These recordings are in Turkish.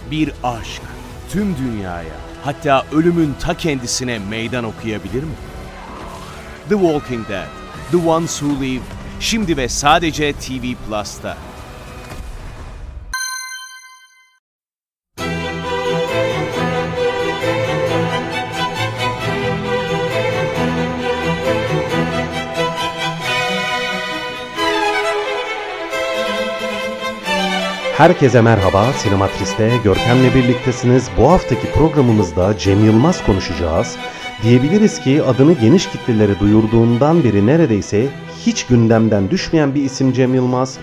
Bir aşk tüm dünyaya, hatta ölümün ta kendisine meydan okuyabilir mi? The Walking Dead, The Ones Who Live, şimdi ve sadece TV Plus'ta. Herkese merhaba, Sinematris'te Görkem'le birliktesiniz. Bu haftaki programımızda Cem Yılmaz konuşacağız. Diyebiliriz ki adını geniş kitlelere duyurduğundan beri neredeyse hiç gündemden düşmeyen bir isim Cem Yılmaz.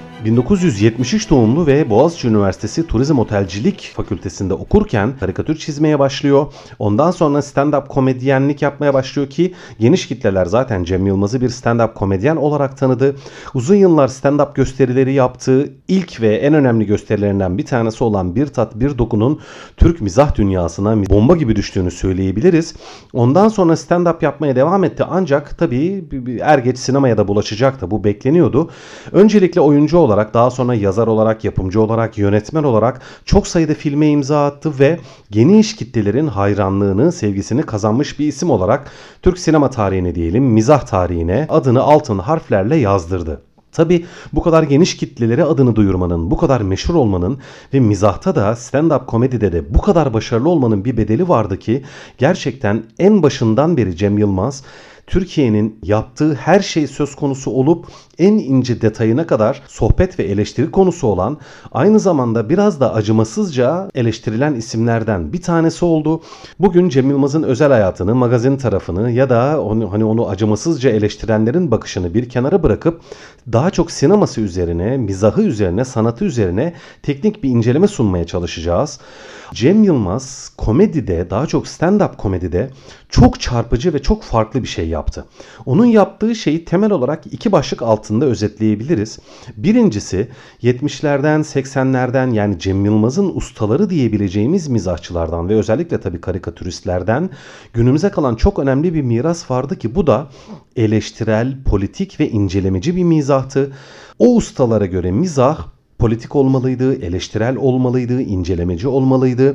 1973 doğumlu ve Boğaziçi Üniversitesi Turizm Otelcilik Fakültesinde okurken karikatür çizmeye başlıyor. Ondan sonra stand-up komedyenlik yapmaya başlıyor ki geniş kitleler zaten Cem Yılmaz'ı bir stand-up komedyen olarak tanıdı. Uzun yıllar stand-up gösterileri yaptığı ilk ve en önemli gösterilerinden bir tanesi olan Bir Tat Bir Doku'nun Türk mizah dünyasına bomba gibi düştüğünü söyleyebiliriz. Ondan sonra stand-up yapmaya devam etti ancak tabii er geç sinemaya da bulaşacaktı. Bu bekleniyordu. Öncelikle oyuncu olarak, daha sonra yazar olarak, yapımcı olarak, yönetmen olarak çok sayıda filme imza attı ve geniş kitlelerin hayranlığını, sevgisini kazanmış bir isim olarak Türk sinema tarihine diyelim, mizah tarihine adını altın harflerle yazdırdı. Tabi bu kadar geniş kitlelere adını duyurmanın, bu kadar meşhur olmanın ve mizahta da stand-up komedide de bu kadar başarılı olmanın bir bedeli vardı ki gerçekten en başından beri Cem Yılmaz Türkiye'nin yaptığı her şey söz konusu olup en ince detayına kadar sohbet ve eleştiri konusu olan, aynı zamanda biraz da acımasızca eleştirilen isimlerden bir tanesi oldu. Bugün Cem Yılmaz'ın özel hayatını, magazin tarafını ya da onu acımasızca eleştirenlerin bakışını bir kenara bırakıp daha çok sineması üzerine, mizahı üzerine, sanatı üzerine teknik bir inceleme sunmaya çalışacağız. Cem Yılmaz komedide, daha çok stand-up komedide çok çarpıcı ve çok farklı bir şey yaptı. Onun yaptığı şeyi temel olarak iki başlık altında özetleyebiliriz. Birincisi 70'lerden 80'lerden yani Cem Yılmaz'ın ustaları diyebileceğimiz mizahçılardan ve özellikle tabii karikatüristlerden günümüze kalan çok önemli bir miras vardı ki bu da eleştirel, politik ve incelemeci bir mizahtı. O ustalara göre mizah politik olmalıydı, eleştirel olmalıydı, incelemeci olmalıydı.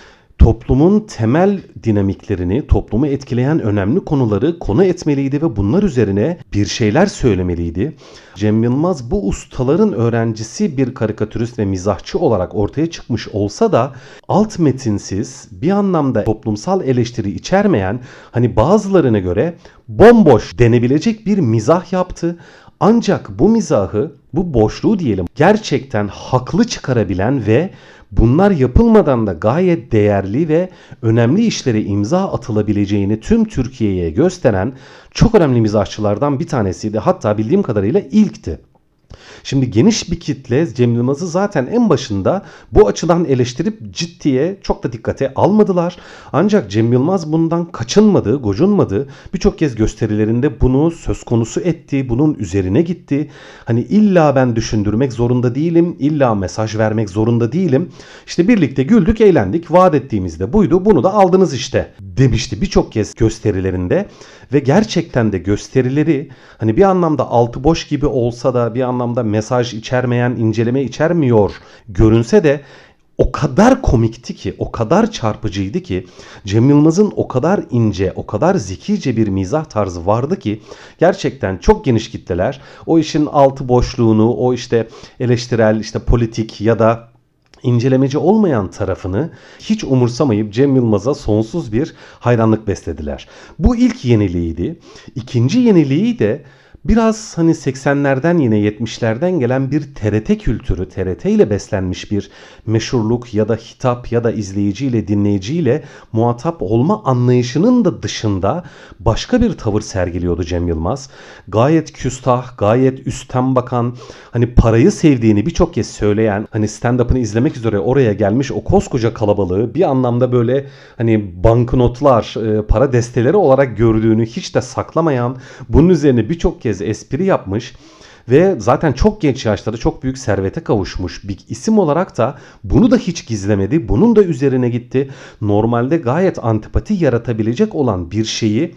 Toplumun temel dinamiklerini, toplumu etkileyen önemli konuları konu etmeliydi ve bunlar üzerine bir şeyler söylemeliydi. Cem Yılmaz bu ustaların öğrencisi bir karikatürist ve mizahçı olarak ortaya çıkmış olsa da alt metinsiz, bir anlamda toplumsal eleştiri içermeyen, hani bazılarına göre bomboş denebilecek bir mizah yaptı. Ancak bu mizahı, bu boşluğu diyelim, gerçekten haklı çıkarabilen ve bunlar yapılmadan da gayet değerli ve önemli işlere imza atılabileceğini tüm Türkiye'ye gösteren çok önemli mizahçılardan bir tanesiydi. Hatta bildiğim kadarıyla ilkti. Şimdi geniş bir kitle Cem Yılmaz'ı zaten en başında bu açıdan eleştirip ciddiye çok da dikkate almadılar. Ancak Cem Yılmaz bundan kaçınmadı, gocunmadı. Birçok kez gösterilerinde bunu söz konusu etti, bunun üzerine gitti. Hani illa ben düşündürmek zorunda değilim, illa mesaj vermek zorunda değilim. İşte birlikte güldük, eğlendik, vaat ettiğimizde buydu, bunu da aldınız işte demişti birçok kez gösterilerinde. Ve gerçekten de gösterileri hani bir anlamda altı boş gibi olsa da bir anlamda mesaj içermeyen, inceleme içermiyor görünse de o kadar komikti ki, o kadar çarpıcıydı ki, Cem Yılmaz'ın o kadar ince, o kadar zekice bir mizah tarzı vardı ki gerçekten çok geniş kitleler o işin altı boşluğunu, o işte eleştirel, işte politik ya da incelemeci olmayan tarafını hiç umursamayıp Cem Yılmaz'a sonsuz bir hayranlık beslediler. Bu ilk yeniliğiydi. İkinci yeniliği de biraz hani 80'lerden yine 70'lerden gelen bir TRT kültürü, TRT ile beslenmiş bir meşhurluk ya da hitap ya da izleyiciyle, dinleyiciyle muhatap olma anlayışının da dışında başka bir tavır sergiliyordu Cem Yılmaz. Gayet küstah, gayet üstten bakan, hani parayı sevdiğini birçok kez söyleyen, hani stand-up'ını izlemek üzere oraya gelmiş o koskoca kalabalığı bir anlamda böyle hani banknotlar, para desteleri olarak gördüğünü hiç de saklamayan, bunun üzerine birçok kez espri yapmış ve zaten çok genç yaşlarda çok büyük servete kavuşmuş bir isim olarak da bunu da hiç gizlemedi. Bunun da üzerine gitti. Normalde gayet antipati yaratabilecek olan bir şeyi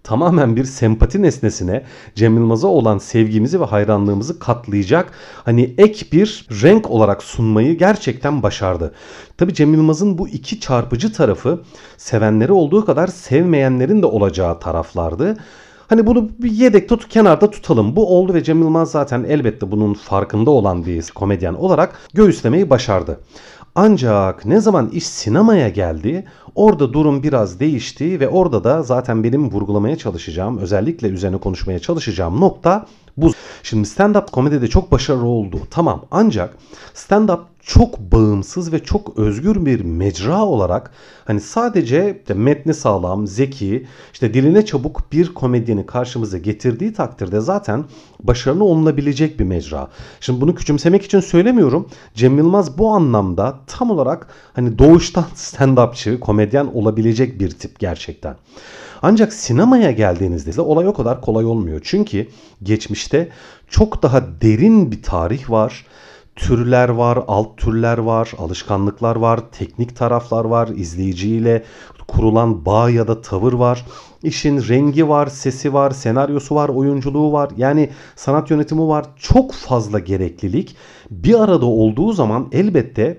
tamamen bir sempati nesnesine Cem Yılmaz'a olan sevgimizi ve hayranlığımızı katlayacak hani ek bir renk olarak sunmayı gerçekten başardı. Tabii Cem Yılmaz'ın bu iki çarpıcı tarafı sevenleri olduğu kadar sevmeyenlerin de olacağı taraflardı. Hani bunu bir yedekte kenarda tutalım. Bu oldu ve Cem Yılmaz zaten elbette bunun farkında olan bir komedyen olarak göğüslemeyi başardı. Ancak ne zaman iş sinemaya geldi, orada durum biraz değişti ve orada da zaten benim vurgulamaya çalışacağım, özellikle üzerine konuşmaya çalışacağım nokta bu. Şimdi stand-up komedide çok başarılı oldu. Tamam, ancak stand-up çok bağımsız ve çok özgür bir mecra olarak hani sadece metni sağlam, zeki, işte diline çabuk bir komedyeni karşımıza getirdiği takdirde zaten başarılı olunabilecek bir mecra. Şimdi bunu küçümsemek için söylemiyorum. Cem Yılmaz bu anlamda tam olarak hani doğuştan stand-upçı, komedyen olabilecek bir tip gerçekten. Ancak sinemaya geldiğinizde olay o kadar kolay olmuyor. Çünkü geçmişte çok daha derin bir tarih var. Türler var, alt türler var, alışkanlıklar var, teknik taraflar var, izleyiciyle kurulan bağ ya da tavır var. İşin rengi var, sesi var, senaryosu var, oyunculuğu var. Yani sanat yönetimi var. Çok fazla gereklilik bir arada olduğu zaman elbette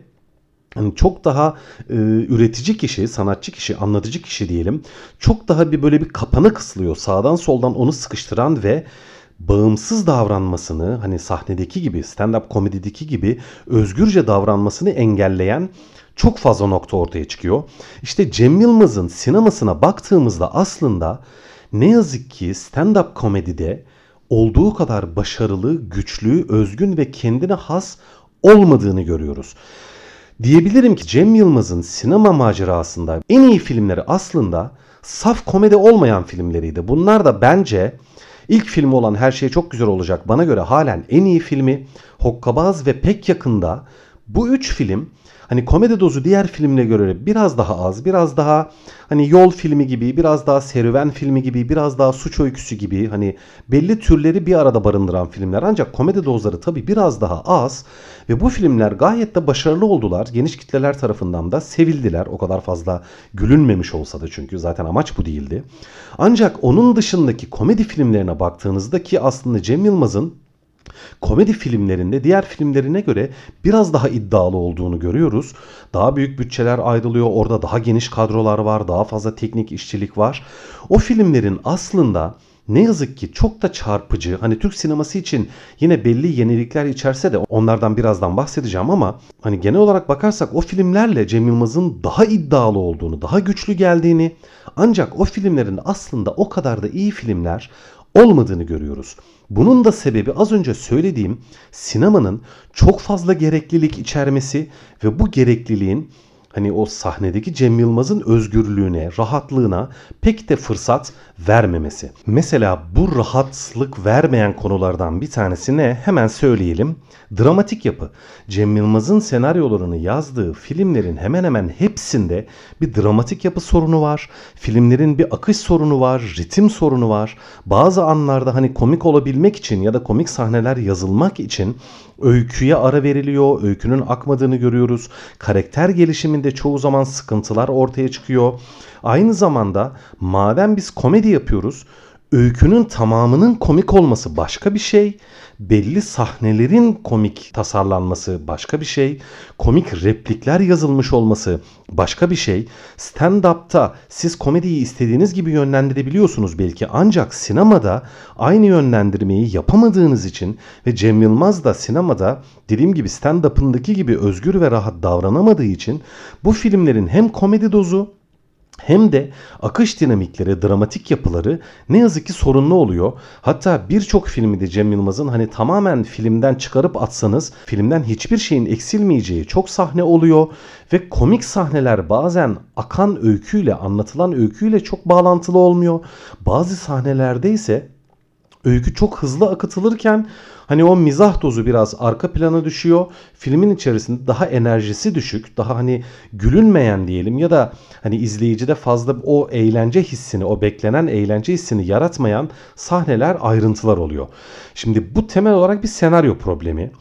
çok daha üretici kişi, sanatçı kişi, anlatıcı kişi diyelim. Çok daha böyle bir kapanı kıslıyor. Sağdan soldan onu sıkıştıran ve bağımsız davranmasını, hani sahnedeki gibi, stand-up komedideki gibi özgürce davranmasını engelleyen çok fazla nokta ortaya çıkıyor. İşte Cem Yılmaz'ın sinemasına baktığımızda aslında ne yazık ki stand-up komedide olduğu kadar başarılı, güçlü, özgün ve kendine has olmadığını görüyoruz. Diyebilirim ki Cem Yılmaz'ın sinema macerasında en iyi filmleri aslında saf komedi olmayan filmleriydi. Bunlar da bence ilk filmi olan Her Şey Çok Güzel Olacak bana göre halen en iyi filmi. Hokkabaz ve Pek Yakında, bu üç film hani komedi dozu diğer filmlere göre biraz daha az, biraz daha hani yol filmi gibi, biraz daha serüven filmi gibi, biraz daha suç öyküsü gibi hani belli türleri bir arada barındıran filmler. Ancak komedi dozları tabii biraz daha az ve bu filmler gayet de başarılı oldular. Geniş kitleler tarafından da sevildiler. O kadar fazla gülünmemiş olsa da, çünkü zaten amaç bu değildi. Ancak onun dışındaki komedi filmlerine baktığınızda ki aslında Cem Yılmaz'ın komedi filmlerinde diğer filmlerine göre biraz daha iddialı olduğunu görüyoruz. Daha büyük bütçeler ayrılıyor. Orada daha geniş kadrolar var. Daha fazla teknik işçilik var. O filmlerin aslında ne yazık ki çok da çarpıcı. Hani Türk sineması için yine belli yenilikler içerse de onlardan birazdan bahsedeceğim ama hani genel olarak bakarsak o filmlerle Cem Yılmaz'ın daha iddialı olduğunu, daha güçlü geldiğini, ancak o filmlerin aslında o kadar da iyi filmler olmadığını görüyoruz. Bunun da sebebi az önce söylediğim sinemanın çok fazla gereklilik içermesi ve bu gerekliliğin hani o sahnedeki Cem Yılmaz'ın özgürlüğüne, rahatlığına pek de fırsat vermemesi. Mesela bu rahatlık vermeyen konulardan bir tanesi ne? Hemen söyleyelim. Dramatik yapı. Cem Yılmaz'ın senaryolarını yazdığı filmlerin hemen hemen hepsinde bir dramatik yapı sorunu var. Filmlerin bir akış sorunu var, ritim sorunu var. Bazı anlarda hani komik olabilmek için ya da komik sahneler yazılmak için öyküye ara veriliyor, öykünün akmadığını görüyoruz. Karakter gelişiminde çoğu zaman sıkıntılar ortaya çıkıyor. Aynı zamanda madem biz komedi yapıyoruz, öykünün tamamının komik olması başka bir şey. Belli sahnelerin komik tasarlanması başka bir şey. Komik replikler yazılmış olması başka bir şey. Stand-up'ta siz komediyi istediğiniz gibi yönlendirebiliyorsunuz belki, ancak sinemada aynı yönlendirmeyi yapamadığınız için ve Cem Yılmaz da sinemada dediğim gibi stand-up'ındaki gibi özgür ve rahat davranamadığı için bu filmlerin hem komedi dozu hem de akış dinamikleri, dramatik yapıları ne yazık ki sorunlu oluyor. Hatta birçok filmi de Cem Yılmaz'ın hani tamamen filmden çıkarıp atsanız filmden hiçbir şeyin eksilmeyeceği çok sahne oluyor. Ve komik sahneler bazen akan öyküyle, anlatılan öyküyle çok bağlantılı olmuyor. Bazı sahnelerde ise öykü çok hızlı akıtılırken hani o mizah dozu biraz arka plana düşüyor. Filmin içerisinde daha enerjisi düşük, daha hani gülünmeyen diyelim ya da hani izleyicide fazla o eğlence hissini, o beklenen eğlence hissini yaratmayan sahneler, ayrıntılar oluyor. Şimdi bu temel olarak bir senaryo problemi.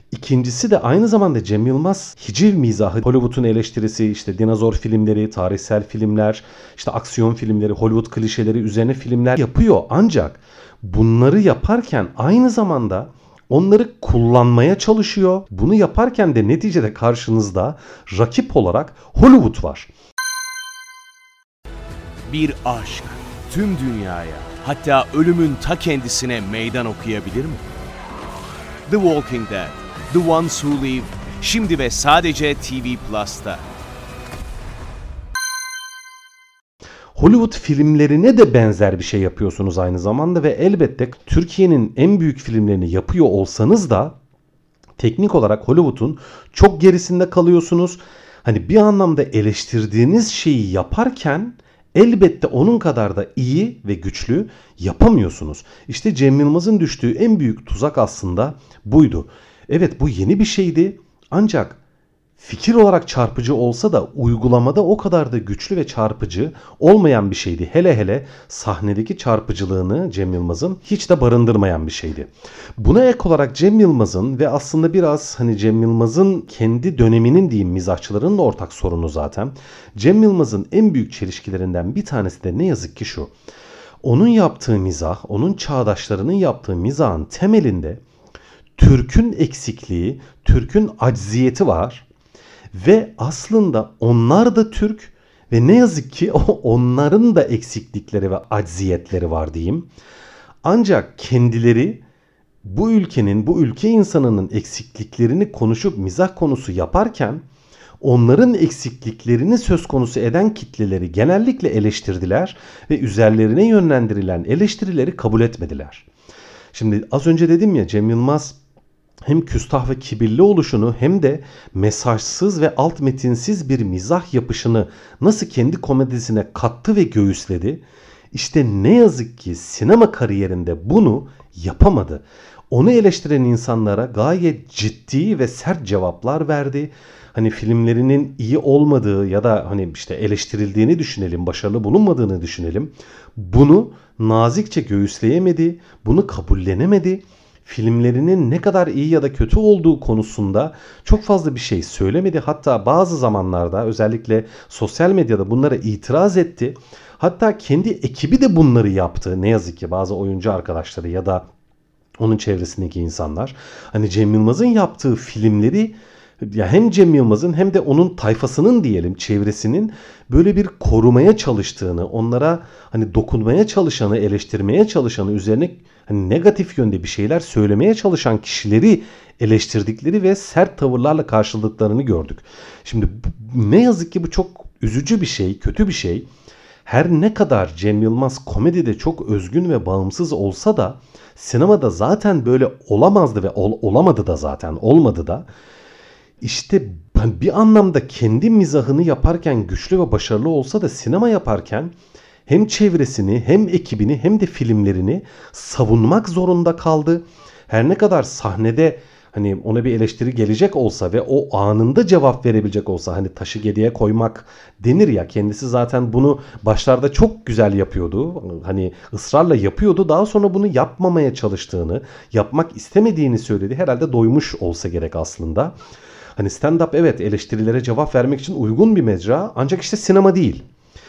İkincisi de aynı zamanda Cem Yılmaz hiciv mizahı, Hollywood'un eleştirisi, işte dinozor filmleri, tarihsel filmler, işte aksiyon filmleri, Hollywood klişeleri üzerine filmler yapıyor. Ancak bunları yaparken aynı zamanda onları kullanmaya çalışıyor. Bunu yaparken de neticede karşınızda rakip olarak Hollywood var. Bir aşk tüm dünyaya, hatta ölümün ta kendisine meydan okuyabilir mi? The Walking Dead, The Ones Who Live, şimdi ve sadece TV Plus'ta. Hollywood filmlerine de benzer bir şey yapıyorsunuz aynı zamanda ve elbette Türkiye'nin en büyük filmlerini yapıyor olsanız da teknik olarak Hollywood'un çok gerisinde kalıyorsunuz. Hani bir anlamda eleştirdiğiniz şeyi yaparken elbette onun kadar da iyi ve güçlü yapamıyorsunuz. İşte Cem Yılmaz'ın düştüğü en büyük tuzak aslında buydu. Evet, bu yeni bir şeydi ancak fikir olarak çarpıcı olsa da uygulamada o kadar da güçlü ve çarpıcı olmayan bir şeydi. Hele hele sahnedeki çarpıcılığını Cem Yılmaz'ın hiç de barındırmayan bir şeydi. Buna ek olarak Cem Yılmaz'ın ve aslında biraz hani Cem Yılmaz'ın kendi döneminin diyeyim mizahçıların da ortak sorunu zaten. Cem Yılmaz'ın en büyük çelişkilerinden bir tanesi de ne yazık ki şu. Onun yaptığı mizah, onun çağdaşlarının yaptığı mizahın temelinde Türk'ün eksikliği, Türk'ün acziyeti var. Ve aslında onlar da Türk ve ne yazık ki onların da eksiklikleri ve acziyetleri var diyeyim. Ancak kendileri bu ülkenin, bu ülke insanının eksikliklerini konuşup mizah konusu yaparken onların eksikliklerini söz konusu eden kitleleri genellikle eleştirdiler ve üzerlerine yönlendirilen eleştirileri kabul etmediler. Şimdi az önce dedim ya, Cem Yılmaz hem küstah ve kibirli oluşunu hem de mesajsız ve alt metinsiz bir mizah yapışını nasıl kendi komedisine kattı ve göğüsledi. İşte ne yazık ki sinema kariyerinde bunu yapamadı. Onu eleştiren insanlara gayet ciddi ve sert cevaplar verdi. Hani filmlerinin iyi olmadığı ya da hani işte eleştirildiğini düşünelim, başarılı bulunmadığını düşünelim. Bunu nazikçe göğüsleyemedi, bunu kabullenemedi. Filmlerinin ne kadar iyi ya da kötü olduğu konusunda çok fazla bir şey söylemedi. Hatta bazı zamanlarda özellikle sosyal medyada bunlara itiraz etti. Hatta kendi ekibi de bunları yaptı. Ne yazık ki bazı oyuncu arkadaşları ya da onun çevresindeki insanlar. Hani Cem Yılmaz'ın yaptığı filmleri ya hem Cem Yılmaz'ın hem de onun tayfasının diyelim çevresinin böyle bir korumaya çalıştığını, onlara hani dokunmaya çalışanı, eleştirmeye çalışanı, üzerine hani negatif yönde bir şeyler söylemeye çalışan kişileri eleştirdikleri ve sert tavırlarla karşıladıklarını gördük. Şimdi ne yazık ki bu çok üzücü bir şey, kötü bir şey. Her ne kadar Cem Yılmaz komedide çok özgün ve bağımsız olsa da sinemada zaten böyle olamazdı ve olamadı da zaten, olmadı da. İşte bir anlamda kendi mizahını yaparken güçlü ve başarılı olsa da sinema yaparken hem çevresini hem ekibini hem de filmlerini savunmak zorunda kaldı. Her ne kadar sahnede hani ona bir eleştiri gelecek olsa ve o anında cevap verebilecek olsa, hani taşı gediğe koymak denir ya, kendisi zaten bunu başlarda çok güzel yapıyordu. Hani ısrarla yapıyordu. Daha sonra bunu yapmamaya çalıştığını, yapmak istemediğini söyledi. Herhalde doymuş olsa gerek aslında. Hani stand-up evet eleştirilere cevap vermek için uygun bir mecra, ancak işte sinema değil.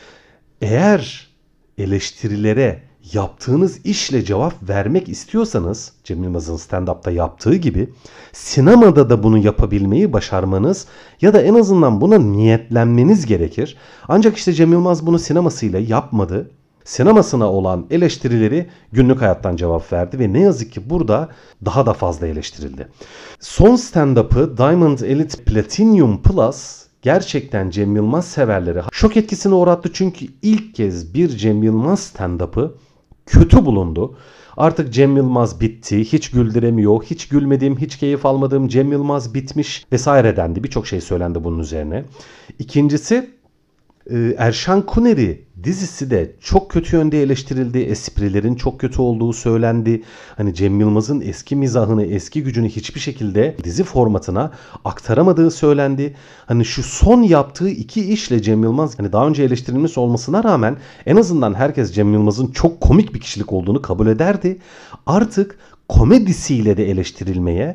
Eğer eleştirilere yaptığınız işle cevap vermek istiyorsanız, Cem Yılmaz'ın stand-up'ta yaptığı gibi sinemada da bunu yapabilmeyi başarmanız ya da en azından buna niyetlenmeniz gerekir. Ancak işte Cem Yılmaz bunu sinemasıyla yapmadı. Sinemasına olan eleştirileri günlük hayattan cevap verdi ve ne yazık ki burada daha da fazla eleştirildi. Son stand-up'ı Diamond Elite Platinum Plus gerçekten Cem Yılmaz severleri şok etkisine uğrattı. Çünkü ilk kez bir Cem Yılmaz stand-up'ı kötü bulundu. Artık Cem Yılmaz bitti, hiç güldüremiyor, hiç gülmediğim, hiç keyif almadığım Cem Yılmaz bitmiş vesaire dendi. Birçok şey söylendi bunun üzerine. İkincisi, Erşan Kuneri dizisi de çok kötü yönde eleştirildi. Esprilerin çok kötü olduğu söylendi. Hani Cem Yılmaz'ın eski mizahını, eski gücünü hiçbir şekilde dizi formatına aktaramadığı söylendi. Hani şu son yaptığı iki işle Cem Yılmaz, hani daha önce eleştirilmiş olmasına rağmen en azından herkes Cem Yılmaz'ın çok komik bir kişilik olduğunu kabul ederdi. Artık komedisiyle de eleştirilmeye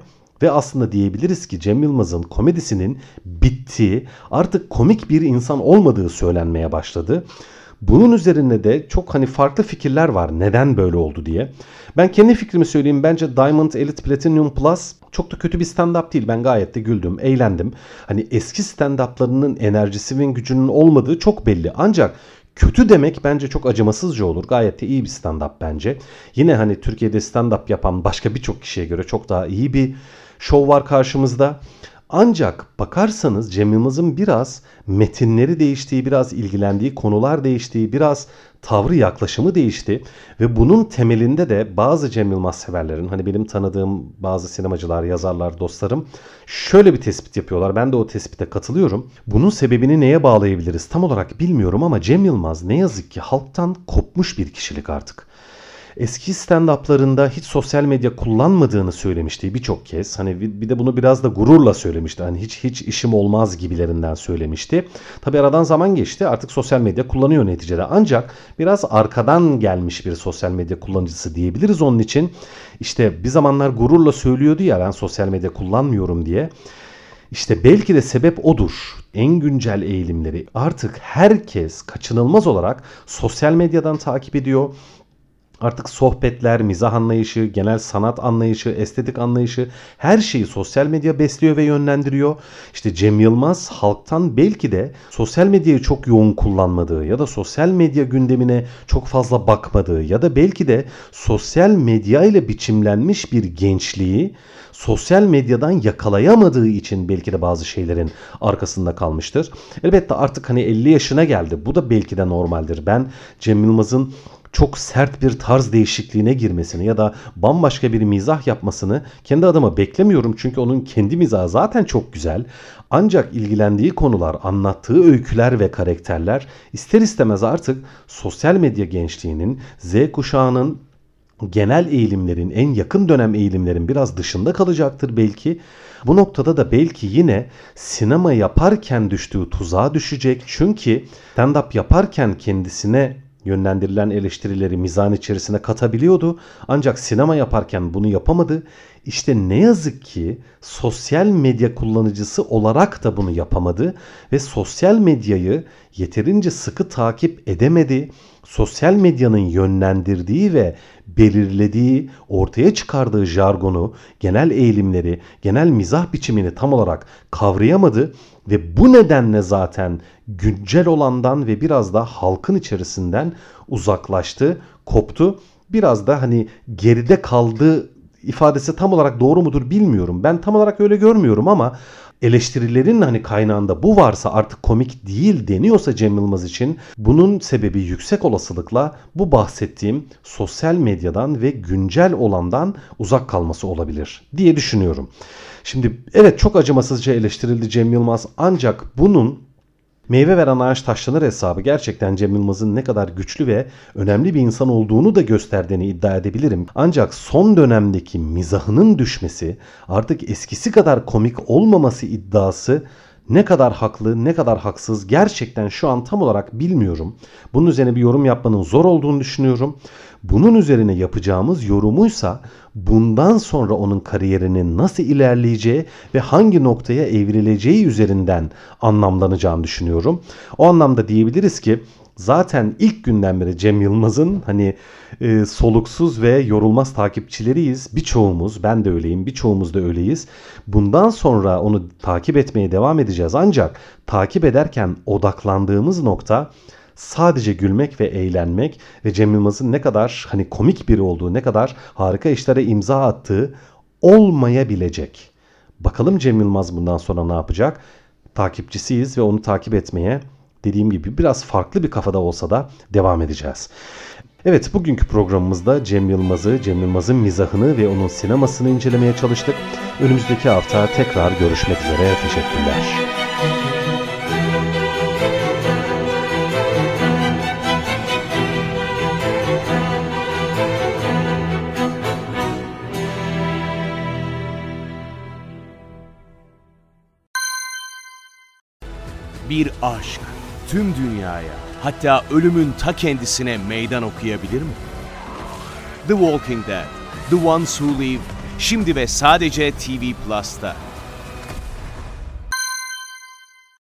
Ve aslında diyebiliriz ki Cem Yılmaz'ın komedisinin bittiği, artık komik bir insan olmadığı söylenmeye başladı. Bunun üzerine de çok farklı fikirler var neden böyle oldu diye. Ben kendi fikrimi söyleyeyim. Bence Diamond Elite Platinum Plus çok da kötü bir stand-up değil. Ben gayet de güldüm, eğlendim. Eski stand-up'larının enerjisi ve gücünün olmadığı çok belli. Ancak kötü demek bence çok acımasızca olur. Gayet de iyi bir stand-up bence. Yine Türkiye'de stand-up yapan başka birçok kişiye göre çok daha iyi bir şov var karşımızda. Ancak bakarsanız Cem Yılmaz'ın biraz metinleri değiştiği, biraz ilgilendiği konular değiştiği, biraz tavrı, yaklaşımı değişti. Ve bunun temelinde de bazı Cem Yılmaz severlerin, benim tanıdığım bazı sinemacılar, yazarlar, dostlarım şöyle bir tespit yapıyorlar. Ben de o tespite katılıyorum. Bunun sebebini neye bağlayabiliriz tam olarak bilmiyorum ama Cem Yılmaz ne yazık ki halktan kopmuş bir kişilik artık. Eski stand-up'larında hiç sosyal medya kullanmadığını söylemişti birçok kez. Bir de bunu biraz da gururla söylemişti. Hiç işim olmaz gibilerinden söylemişti. Tabi aradan zaman geçti. Artık sosyal medya kullanıyor neticede. Ancak biraz arkadan gelmiş bir sosyal medya kullanıcısı diyebiliriz onun için. Bir zamanlar gururla söylüyordu ya ben sosyal medya kullanmıyorum diye. Belki de sebep odur. En güncel eğilimleri artık herkes kaçınılmaz olarak sosyal medyadan takip ediyor. Artık sohbetler, mizah anlayışı, genel sanat anlayışı, estetik anlayışı her şeyi sosyal medya besliyor ve yönlendiriyor. Cem Yılmaz halktan belki de sosyal medyayı çok yoğun kullanmadığı ya da sosyal medya gündemine çok fazla bakmadığı ya da belki de sosyal medya ile biçimlenmiş bir gençliği sosyal medyadan yakalayamadığı için belki de bazı şeylerin arkasında kalmıştır. Elbette artık 50 yaşına geldi. Bu da belki de normaldir. Ben Cem Yılmaz'ın çok sert bir tarz değişikliğine girmesini ya da bambaşka bir mizah yapmasını kendi adıma beklemiyorum. Çünkü onun kendi mizahı zaten çok güzel. Ancak ilgilendiği konular, anlattığı öyküler ve karakterler ister istemez artık sosyal medya gençliğinin, Z kuşağının genel eğilimlerin, en yakın dönem eğilimlerin biraz dışında kalacaktır belki. Bu noktada da belki yine sinema yaparken düştüğü tuzağa düşecek. Çünkü stand-up yaparken kendisine yönlendirilen eleştirileri mizahın içerisine katabiliyordu. Ancak sinema yaparken bunu yapamadı. Ne yazık ki sosyal medya kullanıcısı olarak da bunu yapamadı ve sosyal medyayı yeterince sıkı takip edemedi. Sosyal medyanın yönlendirdiği ve belirlediği, ortaya çıkardığı jargonu, genel eğilimleri, genel mizah biçimini tam olarak kavrayamadı ve bu nedenle zaten güncel olandan ve biraz da halkın içerisinden uzaklaştı, koptu. Biraz da geride kaldı ifadesi tam olarak doğru mudur bilmiyorum. Ben tam olarak öyle görmüyorum ama eleştirilerin kaynağında bu varsa artık komik değil deniyorsa Cem Yılmaz için bunun sebebi yüksek olasılıkla bu bahsettiğim sosyal medyadan ve güncel olandan uzak kalması olabilir diye düşünüyorum. Evet çok acımasızca eleştirildi Cem Yılmaz ancak bunun meyve veren ağaç taşlanır hesabı gerçekten Cem Yılmaz'ın ne kadar güçlü ve önemli bir insan olduğunu da gösterdiğini iddia edebilirim. Ancak son dönemdeki mizahının düşmesi, artık eskisi kadar komik olmaması iddiası ne kadar haklı, ne kadar haksız gerçekten şu an tam olarak bilmiyorum. Bunun üzerine bir yorum yapmanın zor olduğunu düşünüyorum. Bunun üzerine yapacağımız yorumuysa bundan sonra onun kariyerinin nasıl ilerleyeceği ve hangi noktaya evrileceği üzerinden anlamlanacağını düşünüyorum. O anlamda diyebiliriz ki zaten ilk günden beri Cem Yılmaz'ın soluksuz ve yorulmaz takipçileriyiz. Birçoğumuz, ben de öyleyim, birçoğumuz da öyleyiz. Bundan sonra onu takip etmeye devam edeceğiz. Ancak takip ederken odaklandığımız nokta sadece gülmek ve eğlenmek ve Cem Yılmaz'ın ne kadar komik biri olduğu, ne kadar harika işlere imza attığı olmayabilecek. Bakalım Cem Yılmaz bundan sonra ne yapacak? Takipçisiyiz ve onu takip etmeye dediğim gibi biraz farklı bir kafada olsa da devam edeceğiz. Evet, bugünkü programımızda Cem Yılmaz'ı, Cem Yılmaz'ın mizahını ve onun sinemasını incelemeye çalıştık. Önümüzdeki hafta tekrar görüşmek üzere. Teşekkürler. Bir aşk tüm dünyaya, hatta ölümün ta kendisine meydan okuyabilir mi? The Walking Dead, The Ones Who Live şimdi ve sadece TV Plus'ta.